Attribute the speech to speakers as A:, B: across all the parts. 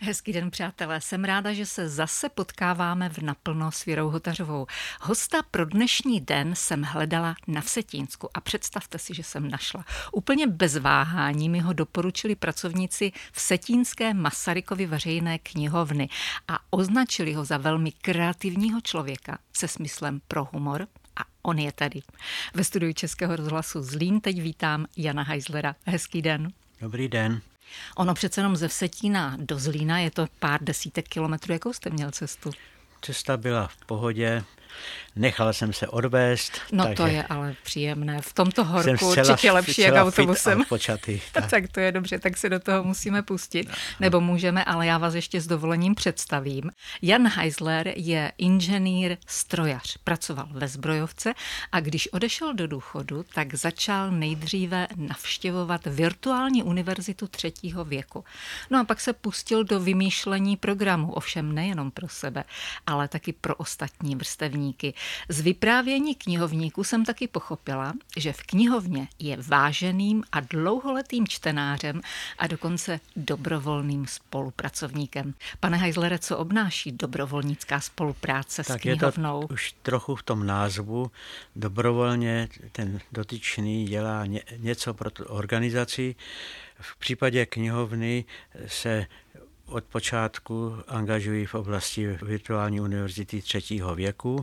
A: Hezký den, přátelé. Jsem ráda, že se zase potkáváme v Naplno s Věrou Hotařovou. Hosta pro dnešní den jsem hledala na Vsetínsku a představte si, že jsem našla. Úplně bez váhání mi ho doporučili pracovníci Vsetínské Masarykovy veřejné knihovny a označili ho za velmi kreativního člověka se smyslem pro humor. A on je tady. Ve studiu Českého rozhlasu Zlín teď vítám Jana Heislera. Hezký den.
B: Dobrý den.
A: Ono přece jenom ze Vsetína do Zlína je to pár desítek kilometrů. Jakou jste měl cestu?
B: Cesta byla v pohodě, nechal jsem se odvést.
A: No to je ale příjemné. V tomto horku určitě lepší jak autobusem. Tak to je dobře, tak se do toho musíme pustit. Nebo můžeme, ale já vás ještě s dovolením představím. Jan Heisler je inženýr strojař. Pracoval ve zbrojovce a když odešel do důchodu, tak začal nejdříve navštěvovat virtuální univerzitu 3. věku. No a pak se pustil do vymýšlení programů, ovšem nejenom pro sebe, ale taky pro ostatní vrstevníky. Z vyprávění knihovníků jsem taky pochopila, že v knihovně je váženým a dlouholetým čtenářem a dokonce dobrovolným spolupracovníkem. Pane Heislere, co obnáší dobrovolnická spolupráce s knihovnou?
B: Tak je to už trochu v tom názvu. Dobrovolně ten dotyčný dělá něco pro tu organizaci. V případě knihovny se od počátku angažuji v oblasti virtuální univerzity 3. věku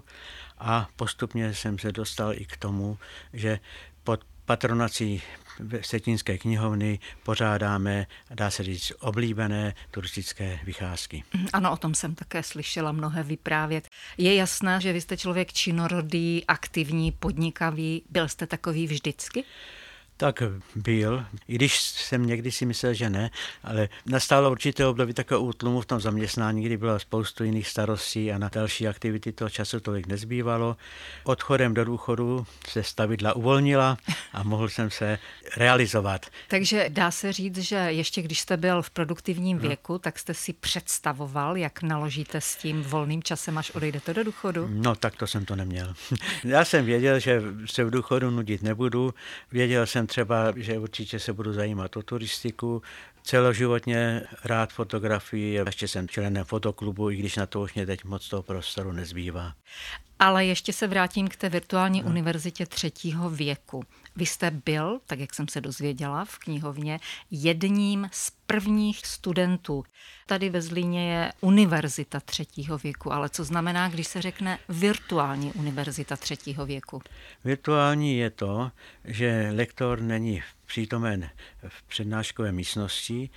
B: a postupně jsem se dostal i k tomu, že pod patronací Vsetínské knihovny pořádáme, dá se říct, oblíbené turistické vycházky.
A: Ano, o tom jsem také slyšela mnohé vyprávět. Je jasné, že vy jste člověk činorodý, aktivní, podnikavý. Byl jste takový vždycky?
B: Tak byl, i když jsem někdy si myslel, že ne, ale nastalo určité období takového útlumu v tom zaměstnání, kdy bylo spoustu jiných starostí a na další aktivity toho času tolik nezbývalo. Odchodem do důchodu se stavidla uvolnila a mohl jsem se realizovat.
A: Takže dá se říct, že ještě když jste byl v produktivním věku, tak jste si představoval, jak naložíte s tím volným časem, až odejdete do důchodu?
B: No, tak to jsem to neměl. Já jsem věděl, že se v důchodu nudit nebudu. Věděl jsem třeba, že určitě se budu zajímat o turistiku. Celoživotně rád fotografii, ještě jsem členem fotoklubu, i když na to už mě teď moc toho prostoru nezbývá.
A: Ale ještě se vrátím k té virtuální univerzitě 3. věku. Vy jste byl, tak jak jsem se dozvěděla v knihovně, jedním z prvních studentů. Tady ve Zlíně je univerzita 3. věku, ale co znamená, když se řekne virtuální univerzita 3. věku?
B: Virtuální je to, že lektor není přítomen v přednáškové místnosti,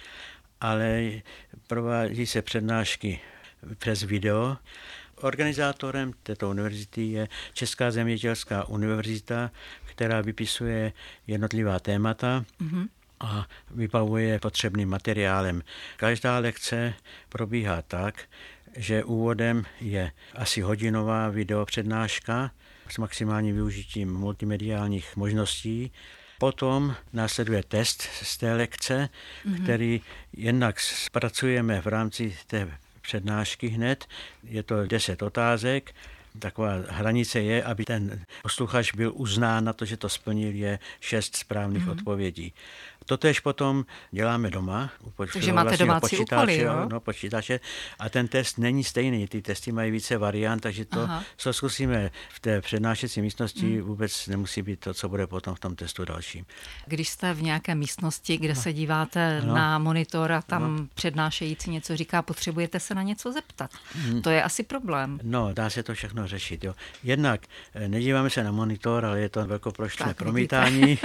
B: ale provádí se přednášky přes video. Organizátorem této univerzity je Česká zemědělská univerzita, která vypisuje jednotlivá témata a vybavuje potřebným materiálem. Každá lekce probíhá tak, že úvodem je asi hodinová videopřednáška s maximálním využitím multimediálních možností. Potom následuje test z té lekce, který jednak zpracujeme v rámci té přednášky hned. Je to 10 otázek. Taková hranice je, aby ten posluchač byl uznán na to, že to splnil, je 6 správných odpovědí. Totéž potom děláme doma.
A: Takže máte domácí úkoly, jo?
B: No, počítače. A ten test není stejný. Ty testy mají více variant, takže to, co zkusíme v té přednášecí místnosti, vůbec nemusí být to, co bude potom v tom testu dalším.
A: Když jste v nějaké místnosti, kde se díváte na monitor a tam přednášející něco říká, potřebujete se na něco zeptat. To je asi problém.
B: No, dá se to všechno řešit. Jo. Jednak nedíváme se na monitor, ale je to velkoplošné promítání.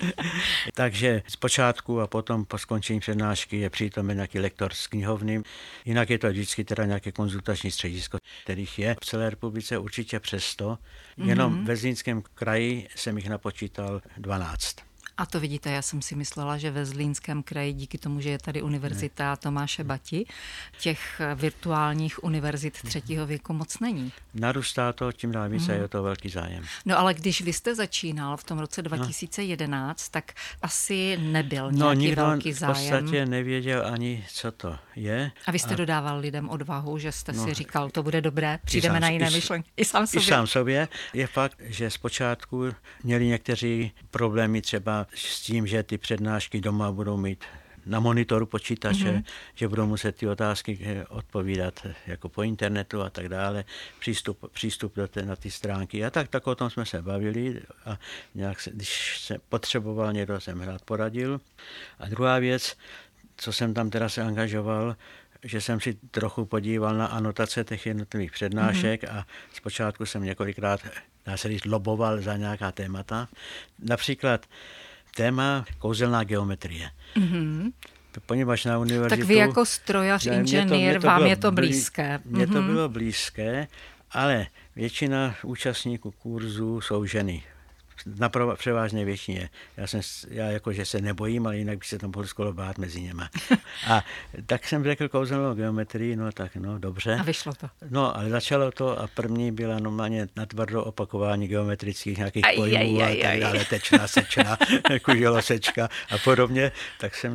B: Takže zpočátku a potom po skončení přednášky je přítomen nějaký lektor z knihovny. Jinak je to vždycky teda nějaké konzultační středisko, kterých je v celé republice určitě přes 100. Jenom ve Zlínském kraji jsem jich napočítal 12.
A: A to vidíte, já jsem si myslela, že ve Zlínském kraji, díky tomu, že je tady univerzita Tomáše Bati, těch virtuálních univerzit 3. věku moc není.
B: Narůstá to, tím dál více, je to velký zájem.
A: No ale když vy jste začínal v tom roce 2011, tak asi nebyl nějaký velký zájem.
B: V podstatě nevěděl ani, co to je.
A: A vy jste dodával lidem odvahu, že jste si říkal, to bude dobré, přijdeme na jiné myšlenky. I sám sobě.
B: Je fakt, že zpočátku měli někteří problémy třeba s tím, že ty přednášky doma budou mít na monitoru počítače, že budou muset ty otázky odpovídat jako po internetu a tak dále, přístup na ty stránky. A tak o tom jsme se bavili a nějak když se potřeboval někdo, jsem rád poradil. A druhá věc, co jsem tam teda se angažoval, že jsem si trochu podíval na anotace těch jednotlivých přednášek a zpočátku jsem několikrát, dá se říct, loboval za nějaká témata. Například téma kouzelná geometrie. Poněvadž na univerzitu...
A: Tak vy jako strojař, inženýr, vám je to blízké.
B: Mně to bylo blízké, ale většina účastníků kurzu jsou ženy. Na převážné většině. Já jakože se nebojím, ale jinak by se tam mohl skoro bát mezi něma. A tak jsem řekl kouzelnou geometrii, dobře.
A: A vyšlo to.
B: No, ale začalo to a první byla normálně natvrdo opakování geometrických nějakých pojmů a tak dále, tečna, sečna, kuželosečka a podobně. Tak se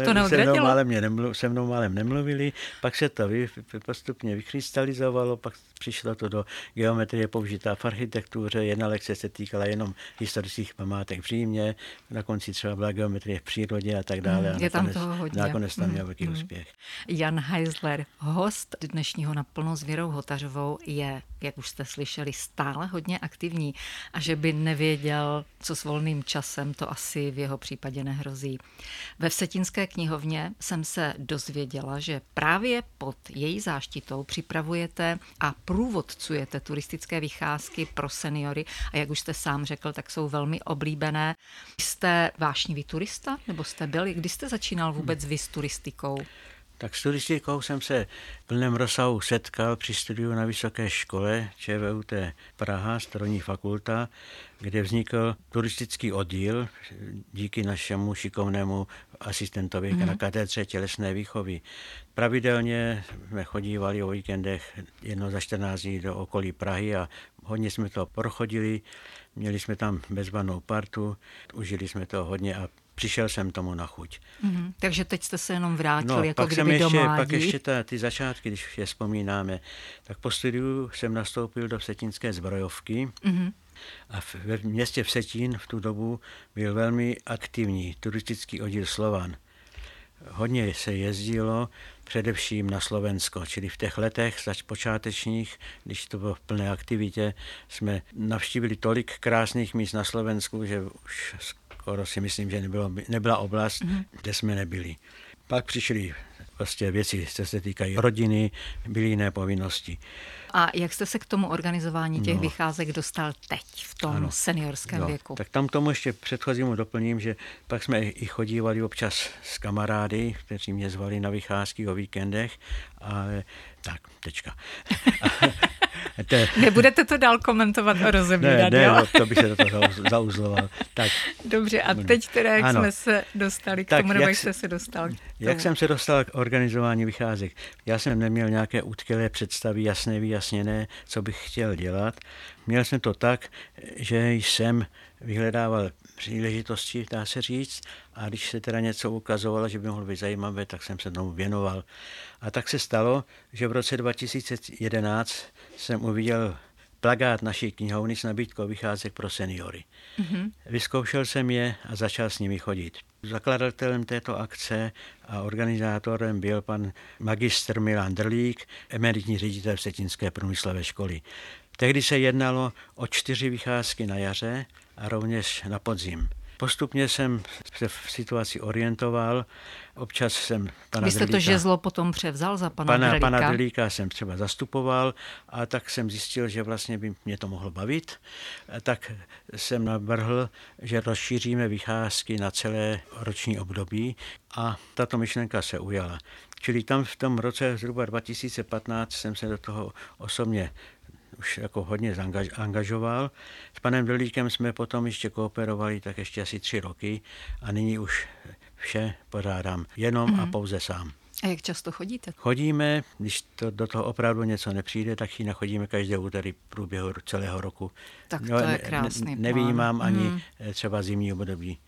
B: mnou málem nemluvili, pak se to postupně vykrystalizovalo, pak přišlo to do geometrie použitá v architektuře, jedna lekce se týkala jenom historických památek v Římě, na konci třeba byla geometrie v přírodě a tak dále.
A: Je tam toho hodně.
B: Nakonec tam měl velký úspěch.
A: Jan Heisler, host dnešního Naplno s Věrou Hotařovou, je, jak už jste slyšeli, stále hodně aktivní a že by nevěděl, co s volným časem, to asi v jeho případě nehrozí. Ve Vsetínské knihovně jsem se dozvěděla, že právě pod její záštitou připravujete a průvodcujete turistické vycházky pro seniory a jak už jste sám řekl, tak jsou velmi oblíbené. Jste vášnivý turista, nebo jste byl? Kdy jste začínal vůbec vy s turistikou?
B: Tak s turistikou jsem se v plném rozsahu setkal při studiu na vysoké škole ČVUT Praha, strojní fakulta, kde vznikl turistický oddíl díky našemu šikovnému asistentovi na katedře tělesné výchovy. Pravidelně jsme chodívali o víkendech jednou za 14 dní do okolí Prahy a hodně jsme to prochodili, měli jsme tam bezvadnou partu, užili jsme to hodně a přišel jsem tomu na chuť.
A: Takže teď jste se jenom vrátil jako kdyby do mládí.
B: Pak ještě ty začátky, když je vzpomínáme, tak po studiu jsem nastoupil do Vsetínské zbrojovky a ve městě Vsetín v tu dobu byl velmi aktivní turistický oddíl Slovan. Hodně se jezdilo především na Slovensko, čili v těch letech počátečních, když to bylo v plné aktivitě, jsme navštívili tolik krásných míst na Slovensku, že už skoro si myslím, že nebyla oblast, kde jsme nebyli. Pak přišly vlastně věci, co se týkají rodiny, byly jiné povinnosti.
A: A jak jste se k tomu organizování těch vycházek dostal teď, v tom seniorském věku?
B: Tak tam tomu ještě předchozímu doplním, že pak jsme i chodívali občas s kamarády, kteří mě zvali na vycházky o víkendech, ale tak, tečka.
A: Nebudete to dál komentovat a rozebírat, jo?
B: Ne, to bych se do toho zauzloval. Tak.
A: Dobře, a teď teda, jak jsme se dostali k tomu, nebo jak jste se dostal k tomu?
B: Jak jsem se dostal k organizování vycházek? Já jsem neměl nějaké utkvělé představy, jasné, vyjasněné, co bych chtěl dělat. Měl jsem to tak, že jsem vyhledával příležitosti, dá se říct, a když se teda něco ukazovalo, že by mohlo být zajímavé, tak jsem se tomu věnoval. A tak se stalo, že v roce 2011 jsem uviděl plakát naší knihovny s nabídkou vycházek pro seniory. Vyzkoušel jsem je a začal s nimi chodit. Zakladatelem této akce a organizátorem byl pan magistr Milan Drlík, emeritní ředitel Vsetínské průmyslové školy. Tehdy se jednalo o 4 vycházky na jaře a rovněž na podzim. Postupně jsem se v situaci orientoval, občas jsem pana
A: Vy jste
B: Drlíka,
A: to žezlo potom převzal za pana Drlíka?
B: Pana Drlíka jsem třeba zastupoval a tak jsem zjistil, že vlastně by mě to mohlo bavit. A tak jsem navrhl, že rozšíříme vycházky na celé roční období a tato myšlenka se ujala. Čili tam v tom roce zhruba 2015 jsem se do toho osobně už jako hodně angažoval. S panem Drlíkem jsme potom ještě kooperovali tak ještě asi 3 roky a nyní už vše pořádám jenom a pouze sám.
A: A jak často chodíte?
B: Chodíme, když to do toho opravdu něco nepřijde, tak ji nachodíme každé úterý v průběhu celého roku.
A: Tak to je krásný plán.
B: Nevyjímám ani třeba zimní období.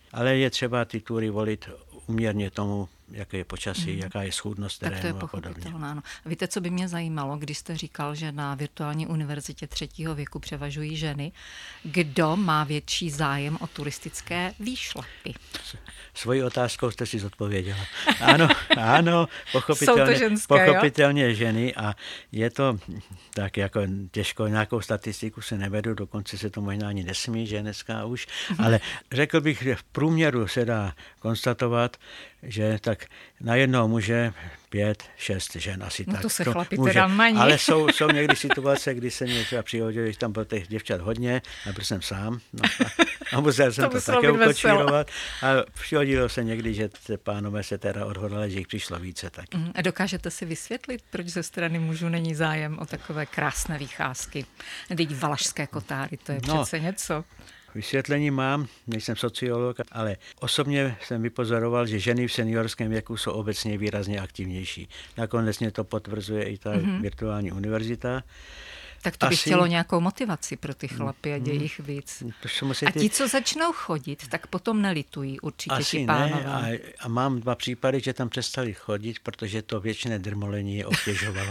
B: Ale je třeba ty tury volit uměrně tomu, jaké je počasí, jaká je schůdnost terénu a podobně.
A: Ano. Víte, co by mě zajímalo, když jste říkal, že na virtuální univerzitě 3. věku převažují ženy. Kdo má větší zájem o turistické výšlapy?
B: Svojí otázkou jste si zodpověděla. Ano, pochopitelně ženy a je to tak jako těžko, nějakou statistiku se nevedu, dokonce se to možná ani nesmí, že dneska už, ale řekl bych, že v průměru se dá konstatovat, že tak na jednoho muže 5-6 žen asi tak.
A: To se chlapi teda maní.
B: Ale jsou někdy situace, kdy se mě třeba přihodilo, že tam bylo těch děvčat hodně, a byl jsem sám. A musel jsem to také ukočírovat. A přihodilo se někdy, že pánové se teda odhodlali, že jich přišlo více taky.
A: A dokážete si vysvětlit, proč ze strany mužů není zájem o takové krásné vycházky? Vždyť Valašské Kotáry, to je přece něco.
B: Vysvětlení mám, nejsem sociolog, ale osobně jsem vypozoroval, že ženy v seniorském věku jsou obecně výrazně aktivnější. Nakonec mě to potvrzuje i ta virtuální univerzita.
A: Tak to by chtělo nějakou motivaci pro ty chlapy, ať je jich víc. A ti, co začnou chodit, tak potom nelitují určitě ti pánové.
B: Ne, a mám 2 případy, že tam přestali chodit, protože to věčné drmolení je obtěžovalo.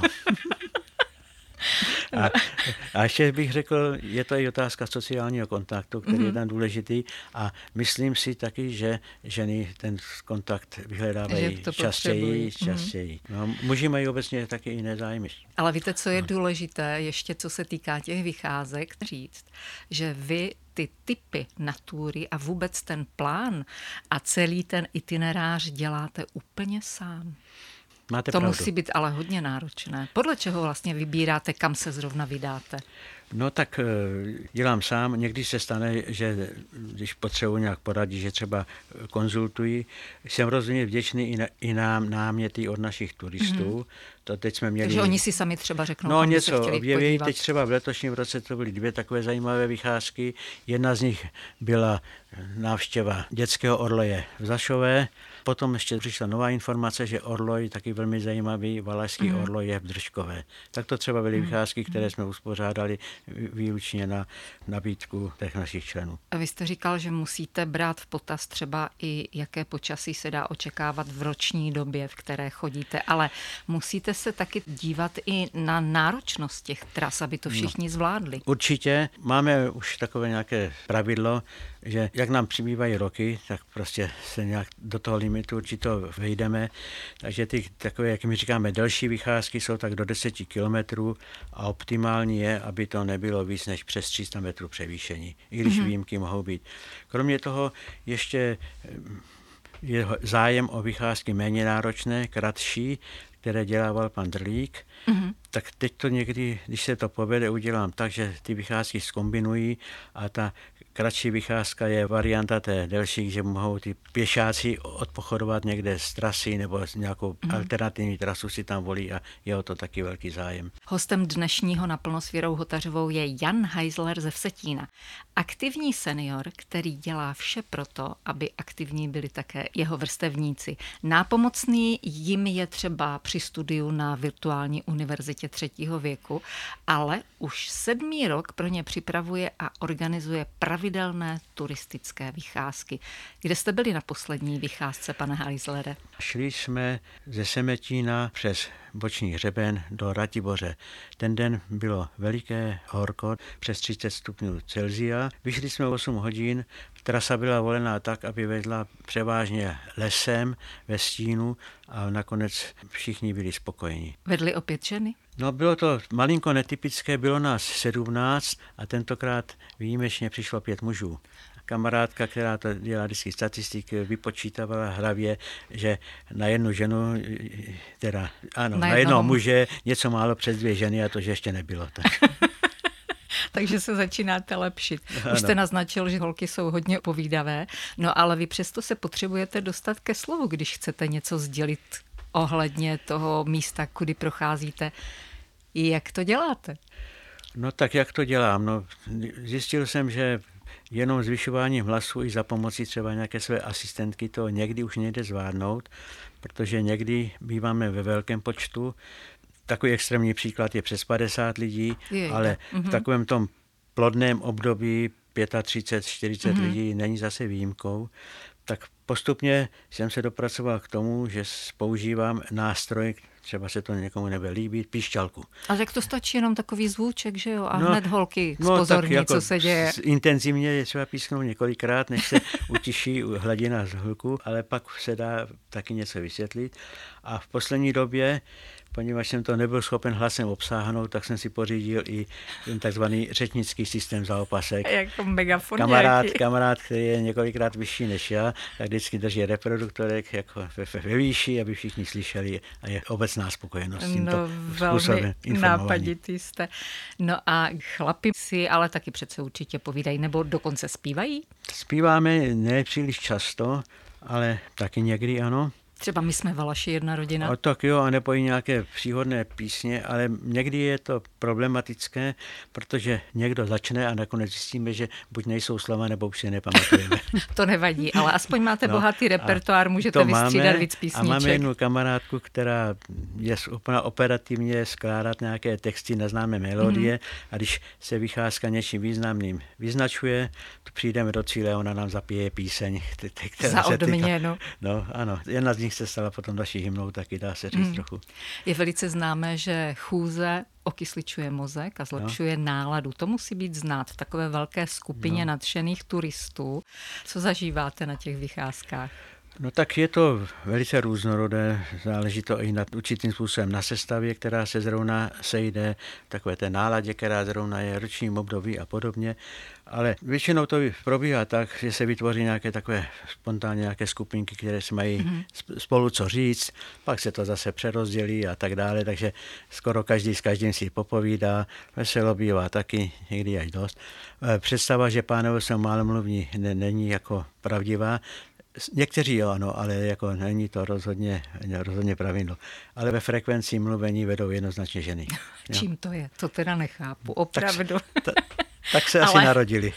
B: A ještě bych řekl, je to i otázka sociálního kontaktu, který je tam důležitý a myslím si taky, že ženy ten kontakt vyhledávají častěji. No, muži mají obecně taky jiné zájmy.
A: Ale víte, co je důležité, ještě co se týká těch vycházek, říct, že vy ty typy na tury a vůbec ten plán a celý ten itinerář děláte úplně sám.
B: Máte
A: to
B: pravdu.
A: Musí být ale hodně náročné. Podle čeho vlastně vybíráte, kam se zrovna vydáte?
B: No tak dělám sám. Někdy se stane, že když potřebuji nějak poradit, že třeba konzultuji, jsem rozhodně vděčný i na náměty od našich turistů. To teď jsme měli...
A: Takže oni si sami třeba řeknou,
B: kam
A: něco se chtěli
B: objeví. Teď třeba v letošním roce to byly 2 takové zajímavé vycházky. Jedna z nich byla návštěva dětského orloje v Zašové. Potom ještě přišla nová informace, že orloj, taky velmi zajímavý, valašský orloj je v Držkové. Tak to třeba byly vycházky, které jsme uspořádali výlučně na nabídku těch našich členů.
A: A vy jste říkal, že musíte brát v potaz třeba i jaké počasí se dá očekávat v roční době, v které chodíte, ale musíte se taky dívat i na náročnost těch tras, aby to všichni zvládli.
B: Určitě. Máme už takové nějaké pravidlo, že jak nám přibývají roky, tak prostě se nějak do toho limitu určitě vejdeme. Takže ty takové, jak my říkáme, delší vycházky jsou tak do 10 kilometrů a optimální je, aby to nebylo víc než přes 300 metrů převýšení, i když výjimky mohou být. Kromě toho ještě je zájem o vycházky méně náročné, kratší, které dělával pan Drlík, tak teď to někdy, když se to povede, udělám tak, že ty vycházky zkombinují a ta kratší vycházka je varianta té delší, že mohou ty pěšáci odpochodovat někde z trasy nebo z nějakou alternativní trasu si tam volí a je o to taky velký zájem.
A: Hostem dnešního Naplno s Věrou Hotařovou je Jan Heisler ze Vsetína. Aktivní senior, který dělá vše proto, aby aktivní byli také jeho vrstevníci. Nápomocný jim je třeba při studiu na virtuální univerzitě 3. věku, ale už 7. rok pro ně připravuje a organizuje pravidelné turistické vycházky. Kde jste byli na poslední vycházce, pane Heislere?
B: Šli jsme ze Semetína přes boční hřeben do Ratiboře. Ten den bylo veliké horko, přes 30 stupňů Celsia. Vyšli jsme 8 hodin, trasa byla volená tak, aby vedla převážně lesem ve stínu a nakonec všichni byli spokojení.
A: Vedli opět ženy?
B: No, bylo to malinko netypické, bylo nás 17 a tentokrát výjimečně přišlo 5 mužů. Kamarádka, která to dělá vždycky statistiky, vypočítávala hlavě, že na jednu ženu, teda ano, na jednoho muže něco málo přes 2 ženy a to, že ještě nebylo tak.
A: Takže se začínáte lepšit. Už jste naznačil, že holky jsou hodně povídavé, no ale vy přesto se potřebujete dostat ke slovu, když chcete něco sdělit ohledně toho místa, kudy procházíte. Jak to děláte?
B: No tak jak to dělám? No, zjistil jsem, že jenom zvyšováním hlasu i za pomocí třeba nějaké své asistentky to někdy už nejde zvládnout, protože někdy býváme ve velkém počtu. Takový extrémní příklad je přes 50 lidí, ale v takovém tom plodném období 35-40 lidí není zase výjimkou, tak postupně jsem se dopracoval k tomu, že používám nástroj, třeba se to někomu nebude líbit, píšťalku.
A: A tak to stačí jenom takový zvůček, že jo? A hned holky zpozorní, jako co se děje.
B: Intenzivně je třeba písknout několikrát, než se utiší hladina hluku, ale pak se dá taky něco vysvětlit. A v poslední době, poněvadž jsem to nebyl schopen hlasem obsáhnout, tak jsem si pořídil i ten takzvaný řečnický systém za opasek.
A: Jako megafon
B: Kamarád, který je několikrát vyšší než já, tak vždycky drží reproduktorek jako ve výši, aby všichni slyšeli a je obecná spokojenost s tímto způsobem
A: velmi nápaditý jste. No a chlapi si ale taky přece určitě povídají, nebo dokonce zpívají?
B: Zpíváme nepříliš často, ale taky někdy ano.
A: Třeba My jsme Valaši, jedna rodina.
B: A tak jo, a nebo i nějaké příhodné písně, ale někdy je to problematické, protože někdo začne a nakonec zjistíme, že buď nejsou slova, nebo už si nepamatujeme.
A: To nevadí, ale aspoň máte bohatý repertoár, můžete vystřídat víc písniček.
B: A máme jednu kamarádku, která je schopna operativně skládat nějaké texty na známé melodie a když se vycházka něčím významným vyznačuje, to přijdeme do cíle, ona nám zapije píseň.
A: Za odměnu.
B: No ano, jedna z nich se stala potom další hymnou, taky dá se říct trochu.
A: Je velice známé, že chůze okysličuje mozek a zlepšuje náladu. To musí být znát v takové velké skupině nadšených turistů. Co zažíváte na těch vycházkách?
B: No tak je to velice různorodé, záleží to i nad určitým způsobem na sestavě, která se zrovna sejde, takové té náladě, která zrovna je, ročním období a podobně, ale většinou to probíhá tak, že se vytvoří nějaké takové spontánně nějaké skupinky, které si mají spolu co říct, pak se to zase přerozdělí a tak dále, takže skoro každý s každým si popovídá, veselo bývá taky, někdy až dost. Představa, že pánové jsou málomluvní, není jako pravdivá. Někteří jo, ano, ale jako není to rozhodně pravidlo. Ale ve frekvenci mluvení vedou jednoznačně ženy.
A: Čím to je? To teda nechápu, opravdu.
B: Tak se asi narodili.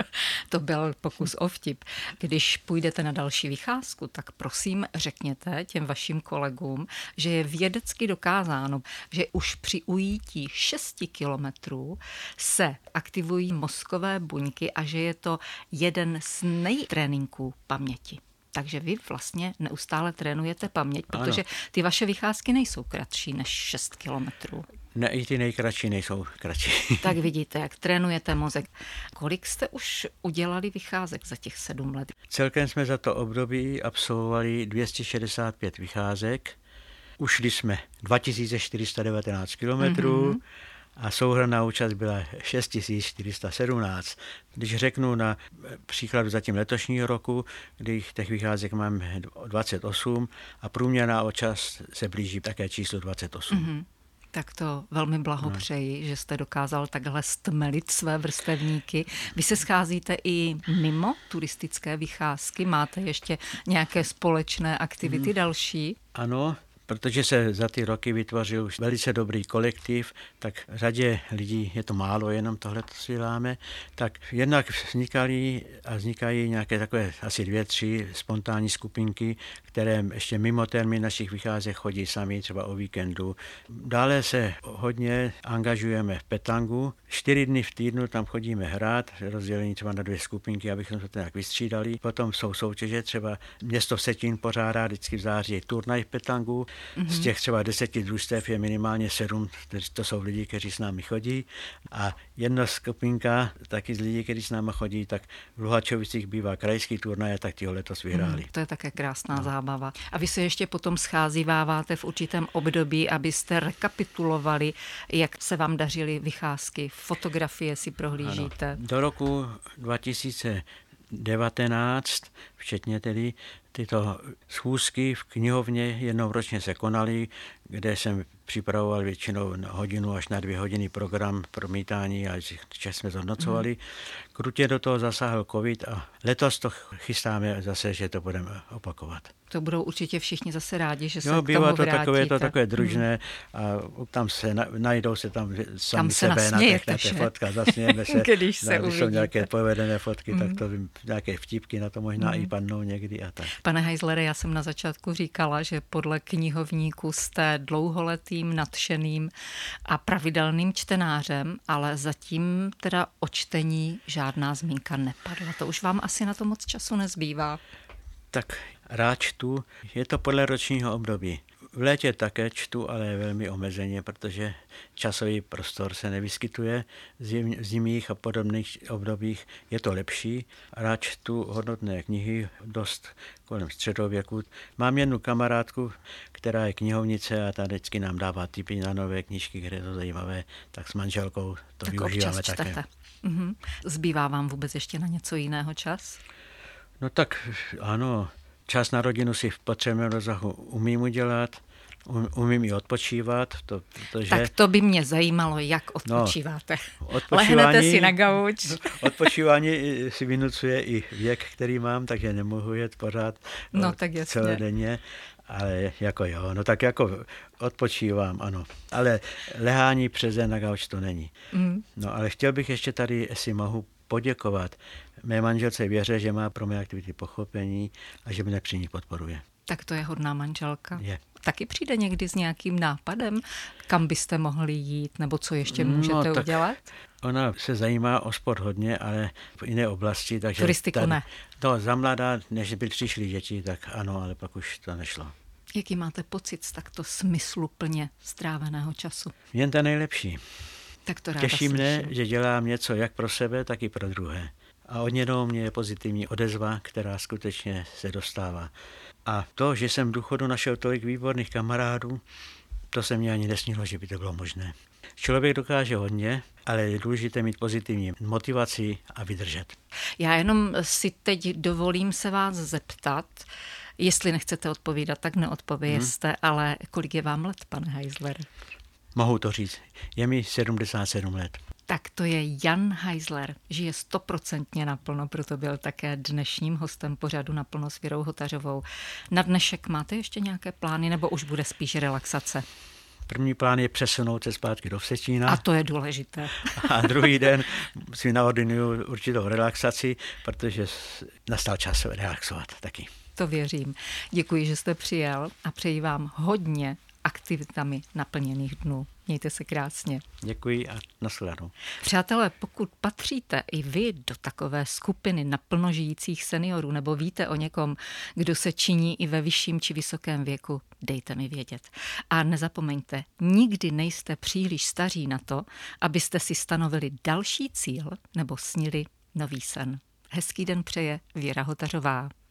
A: To byl pokus o vtip. Když půjdete na další vycházku, tak prosím řekněte těm vašim kolegům, že je vědecky dokázáno, že už při ujítí 6 kilometrů se aktivují mozkové buňky a že je to jeden z nejtréninků paměti. Takže vy vlastně neustále trénujete paměť, protože ty vaše vycházky nejsou kratší než 6 kilometrů.
B: Ne, i ty nejkratší nejsou kratší.
A: Tak vidíte, jak trénujete mozek. Kolik jste už udělali vycházek za těch 7 let?
B: Celkem jsme za to období absolvovali 265 vycházek. Ušli jsme 2419 kilometrů a souhrnná účast byla 6417. Když řeknu na příkladu zatím letošního roku, kdy těch vycházek máme 28 a průměrná účast se blíží také číslu 28.
A: Tak to velmi blahopřeji, že jste dokázal takhle stmelit své vrstevníky. Vy se scházíte i mimo turistické vycházky? Máte ještě nějaké společné aktivity další?
B: Ano, protože se za ty roky vytvořil už velice dobrý kolektiv, tak řadě lidí, je to málo, jenom tohle si děláme, tak jednak vznikají nějaké takové asi 2-3 spontánní skupinky, které ještě mimo termín našich vycházek chodí sami, třeba o víkendu. Dále se hodně angažujeme v petangu. 4 dny v týdnu tam chodíme hrát, rozdělení třeba na 2 skupinky, abychom se to nějak vystřídali. Potom jsou soutěže, třeba město Vsetín pořádá vždycky v září turnaj v petangu. Z těch třeba 10 družstev je minimálně 7, to jsou lidi, kteří s námi chodí. A jedna skupinka taky z lidí, kteří s námi chodí, tak v Luhačovicích bývá krajský turnaj, tak ti ho letos vyhráli.
A: To je také krásná zábava. A vy se ještě potom scházíváváte v určitém období, abyste rekapitulovali, jak se vám dařily vycházky, fotografie si prohlížíte.
B: Ano. Do roku 2019, včetně tedy tyto schůzky v knihovně jednou ročně se konaly, kde jsem připravoval většinou na hodinu až na 2 hodiny program promítání a čas jsme zhodnocovali. Krutě do toho zasáhl covid a letos to chystáme zase, že to budeme opakovat.
A: To budou určitě všichni zase rádi, že se
B: no,
A: k tomu
B: vrátíte. To takové družné a tam se najdou se tam sami sebe na těch fotkách, zasmějeme se.
A: Když
B: jsou nějaké povedené fotky, tak to nějaké vtipky na to možná i padnou někdy a tak.
A: Pane Heislere, já jsem na začátku říkala, že podle knihovníků jste dlouholetý velkým, nadšeným a pravidelným čtenářem, ale zatím teda o čtení žádná zmínka nepadla. To už vám asi na to moc času nezbývá.
B: Tak rád čtu, je to podle ročního období. V létě také čtu, ale velmi omezeně, protože časový prostor se nevyskytuje v zimních a podobných obdobích. Je to lepší. Rád čtu hodnotné knihy, dost kolem středověku. Mám jednu kamarádku, která je knihovnice a ta vždycky nám dává tipy na nové knížky, které jsou zajímavé, tak s manželkou to tak využíváme také.
A: Mhm. Zbývá vám vůbec ještě na něco jiného čas?
B: No tak ano, čas na rodinu si v potřebném rozsahu umím udělat, umím i odpočívat.
A: Tak to by mě zajímalo, jak odpočíváte. Lehnete si na gauč.
B: Odpočívání si vynucuje i věk, který mám, takže nemohu jet pořád celodenně. Ale jako odpočívám, ano. Ale lehání přes den na gauč to není. No ale chtěl bych ještě tady, jestli mohu, poděkovat mé manželce Věře, že má pro mé aktivity pochopení a že mě při ní podporuje.
A: Tak to je hodná manželka.
B: Je.
A: Taky přijde někdy s nějakým nápadem, kam byste mohli jít, nebo co ještě můžete udělat?
B: Ona se zajímá o sport hodně, ale v jiné oblasti. Takže
A: turistiku ne.
B: To za mladá, než by přišly děti, tak ano, ale pak už to nešlo.
A: Jaký máte pocit z takto smysluplně stráveného času?
B: Jen ten nejlepší.
A: Tak to ráda
B: Těší mne,
A: slyším.
B: že dělám něco jak pro sebe, tak i pro druhé. A od něho mě je pozitivní odezva, která skutečně se dostává. A to, že jsem v důchodu našel tolik výborných kamarádů, to se mně ani nesnilo, že by to bylo možné. Člověk dokáže hodně, ale je důležité mít pozitivní motivaci a vydržet.
A: Já jenom si teď dovolím se vás zeptat, jestli nechcete odpovídat, tak neodpovězte, ale kolik je vám let, pane Heisler?
B: Mohu to říct. Je mi 77 let.
A: Tak to je Jan Heisler, žije 100% naplno, proto byl také dnešním hostem pořadu Naplno s Věrou Hotařovou. Na dnešek máte ještě nějaké plány, nebo už bude spíš relaxace?
B: První plán je přesunout se zpátky do Vsetína.
A: A to je důležité.
B: A druhý den si naordinuju určitou relaxaci, protože nastal čas relaxovat taky.
A: To věřím. Děkuji, že jste přijel a přeji vám hodně aktivitami naplněných dnů. Mějte se krásně.
B: Děkuji a nashledanou.
A: Přátelé, pokud patříte i vy do takové skupiny naplno žijících seniorů nebo víte o někom, kdo se činí i ve vyšším či vysokém věku, dejte mi vědět. A nezapomeňte, nikdy nejste příliš staří na to, abyste si stanovili další cíl nebo snili nový sen. Hezký den přeje Věra Hotařová.